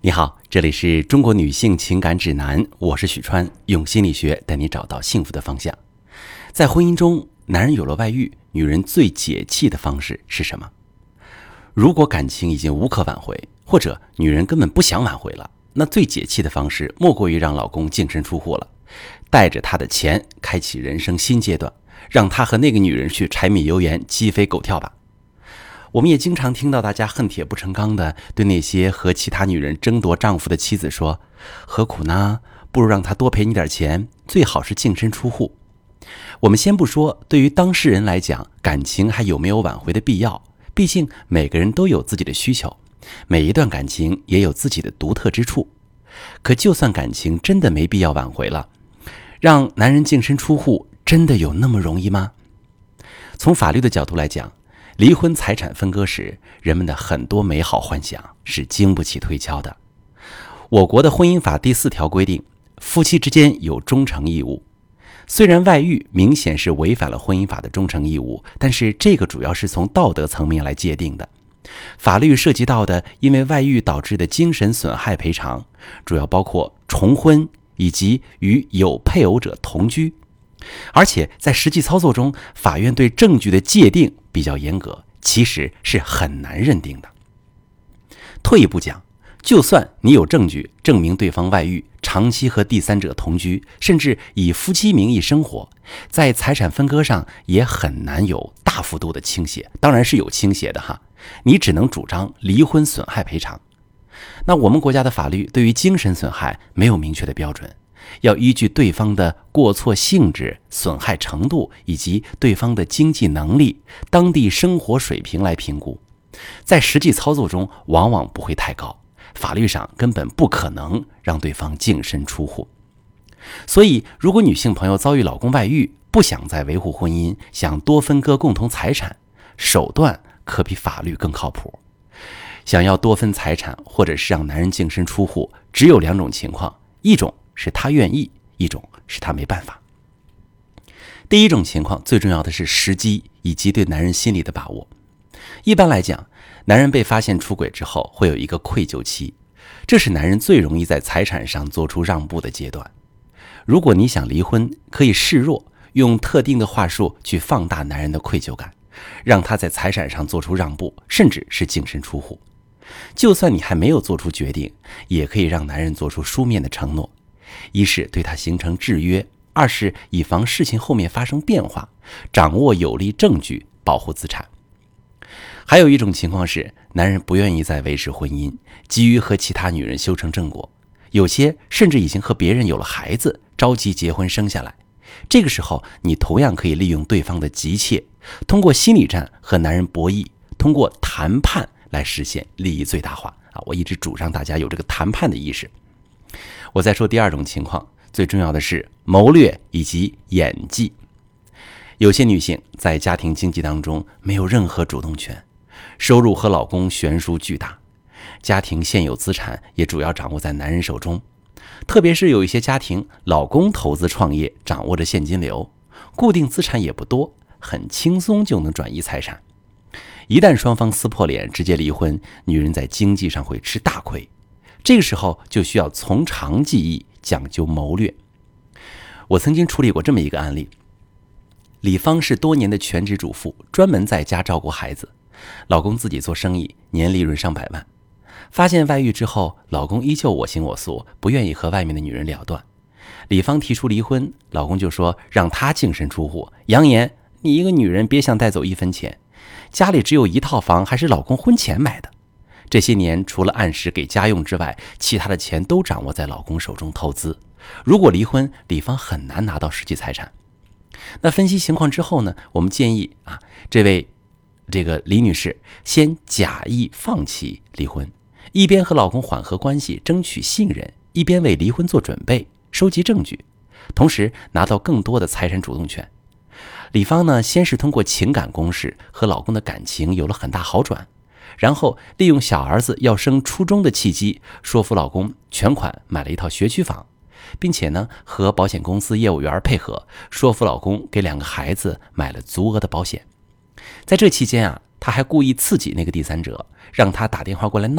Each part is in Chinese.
你好，这里是中国女性情感指南，我是许川，用心理学带你找到幸福的方向。在婚姻中，男人有了外遇，女人最解气的方式是什么？如果感情已经无可挽回，或者女人根本不想挽回了，那最解气的方式莫过于让老公净身出户了，带着他的钱开启人生新阶段，让他和那个女人去柴米油盐鸡飞狗跳吧。我们也经常听到大家恨铁不成钢的对那些和其他女人争夺丈夫的妻子说，何苦呢？不如让他多赔你点钱，最好是净身出户。我们先不说对于当事人来讲感情还有没有挽回的必要，毕竟每个人都有自己的需求，每一段感情也有自己的独特之处。可就算感情真的没必要挽回了，让男人净身出户真的有那么容易吗？从法律的角度来讲，离婚财产分割时，人们的很多美好幻想是经不起推敲的。我国的婚姻法第4条规定，夫妻之间有忠诚义务。虽然外遇明显是违反了婚姻法的忠诚义务，但是这个主要是从道德层面来界定的。法律涉及到的因为外遇导致的精神损害赔偿，主要包括重婚以及与有配偶者同居。而且在实际操作中，法院对证据的界定比较严格，其实是很难认定的。退一步讲，就算你有证据证明对方外遇，长期和第三者同居，甚至以夫妻名义生活，在财产分割上也很难有大幅度的倾斜，当然是有倾斜的哈，你只能主张离婚损害赔偿。那我们国家的法律对于精神损害没有明确的标准，要依据对方的过错性质、损害程度以及对方的经济能力、当地生活水平来评估，在实际操作中往往不会太高，法律上根本不可能让对方净身出户。所以如果女性朋友遭遇老公外遇，不想再维护婚姻，想多分割共同财产，手段可比法律更靠谱。想要多分财产或者是让男人净身出户，只有2种情况，一种是他愿意，一种是他没办法。第一种情况最重要的是时机以及对男人心理的把握。一般来讲，男人被发现出轨之后会有一个愧疚期，这是男人最容易在财产上做出让步的阶段。如果你想离婚，可以示弱，用特定的话术去放大男人的愧疚感，让他在财产上做出让步，甚至是净身出户。就算你还没有做出决定，也可以让男人做出书面的承诺，一是对他形成制约，二是以防事情后面发生变化，掌握有力证据保护资产。还有一种情况是，男人不愿意再维持婚姻，急于和其他女人修成正果，有些甚至已经和别人有了孩子，着急结婚生下来。这个时候你同样可以利用对方的急切，通过心理战和男人博弈，通过谈判来实现利益最大化。我一直主张大家有这个谈判的意识。我再说第2种情况，最重要的是谋略以及演技。有些女性在家庭经济当中没有任何主动权，收入和老公悬殊巨大，家庭现有资产也主要掌握在男人手中，特别是有一些家庭，老公投资创业，掌握着现金流，固定资产也不多，很轻松就能转移财产。一旦双方撕破脸直接离婚，女人在经济上会吃大亏，这个时候就需要从长计议，讲究谋略。我曾经处理过这么一个案例，李芳是多年的全职主妇，专门在家照顾孩子，老公自己做生意，年利润上百万。发现外遇之后，老公依旧我行我素，不愿意和外面的女人了断。李芳提出离婚，老公就说让她净身出户，扬言你一个女人别想带走1分钱，家里只有1套房，还是老公婚前买的。这些年除了按时给家用之外，其他的钱都掌握在老公手中投资。如果离婚，李芳很难拿到实际财产。那分析情况之后呢，我们建议这位李女士先假意放弃离婚，一边和老公缓和关系，争取信任，一边为离婚做准备，收集证据，同时拿到更多的财产主动权。李芳呢，先是通过情感攻势和老公的感情有了很大好转，然后利用小儿子要升初中的契机，说服老公全款买了一套学区房，并且呢和保险公司业务员配合，说服老公给2个孩子买了足额的保险。在这期间她还故意刺激那个第三者，让他打电话过来闹，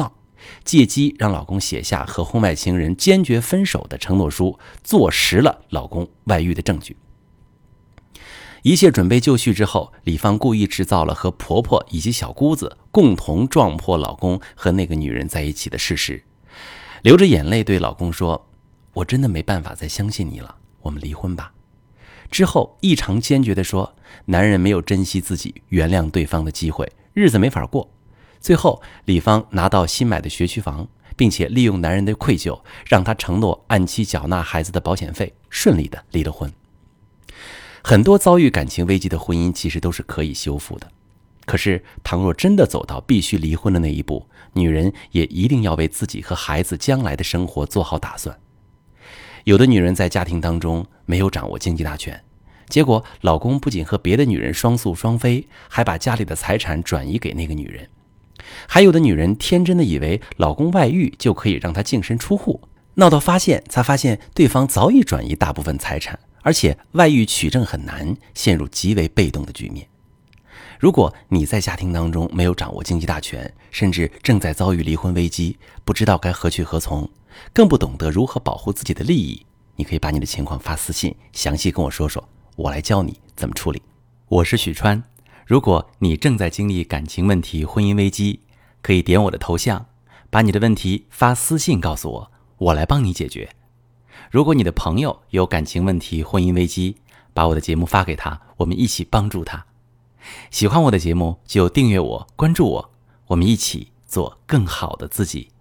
借机让老公写下和婚外情人坚决分手的承诺书，坐实了老公外遇的证据。一切准备就绪之后，李芳故意制造了和婆婆以及小姑子共同撞破老公和那个女人在一起的事实，流着眼泪对老公说：我真的没办法再相信你了，我们离婚吧。之后异常坚决地说，男人没有珍惜自己原谅对方的机会，日子没法过。最后李芳拿到新买的学区房，并且利用男人的愧疚，让他承诺按期缴纳孩子的保险费，顺利的离了婚。很多遭遇感情危机的婚姻其实都是可以修复的，可是倘若真的走到必须离婚的那一步，女人也一定要为自己和孩子将来的生活做好打算。有的女人在家庭当中没有掌握经济大权，结果老公不仅和别的女人双宿双飞，还把家里的财产转移给那个女人。还有的女人天真的以为老公外遇就可以让她净身出户，闹到发现才发现对方早已转移大部分财产，而且外遇取证很难，陷入极为被动的局面。如果你在家庭当中没有掌握经济大权，甚至正在遭遇离婚危机，不知道该何去何从，更不懂得如何保护自己的利益，你可以把你的情况发私信，详细跟我说说，我来教你怎么处理。我是许川，如果你正在经历感情问题、婚姻危机，可以点我的头像，把你的问题发私信告诉我，我来帮你解决。如果你的朋友有感情问题、婚姻危机，把我的节目发给他，我们一起帮助他。喜欢我的节目就订阅我、关注我，我们一起做更好的自己。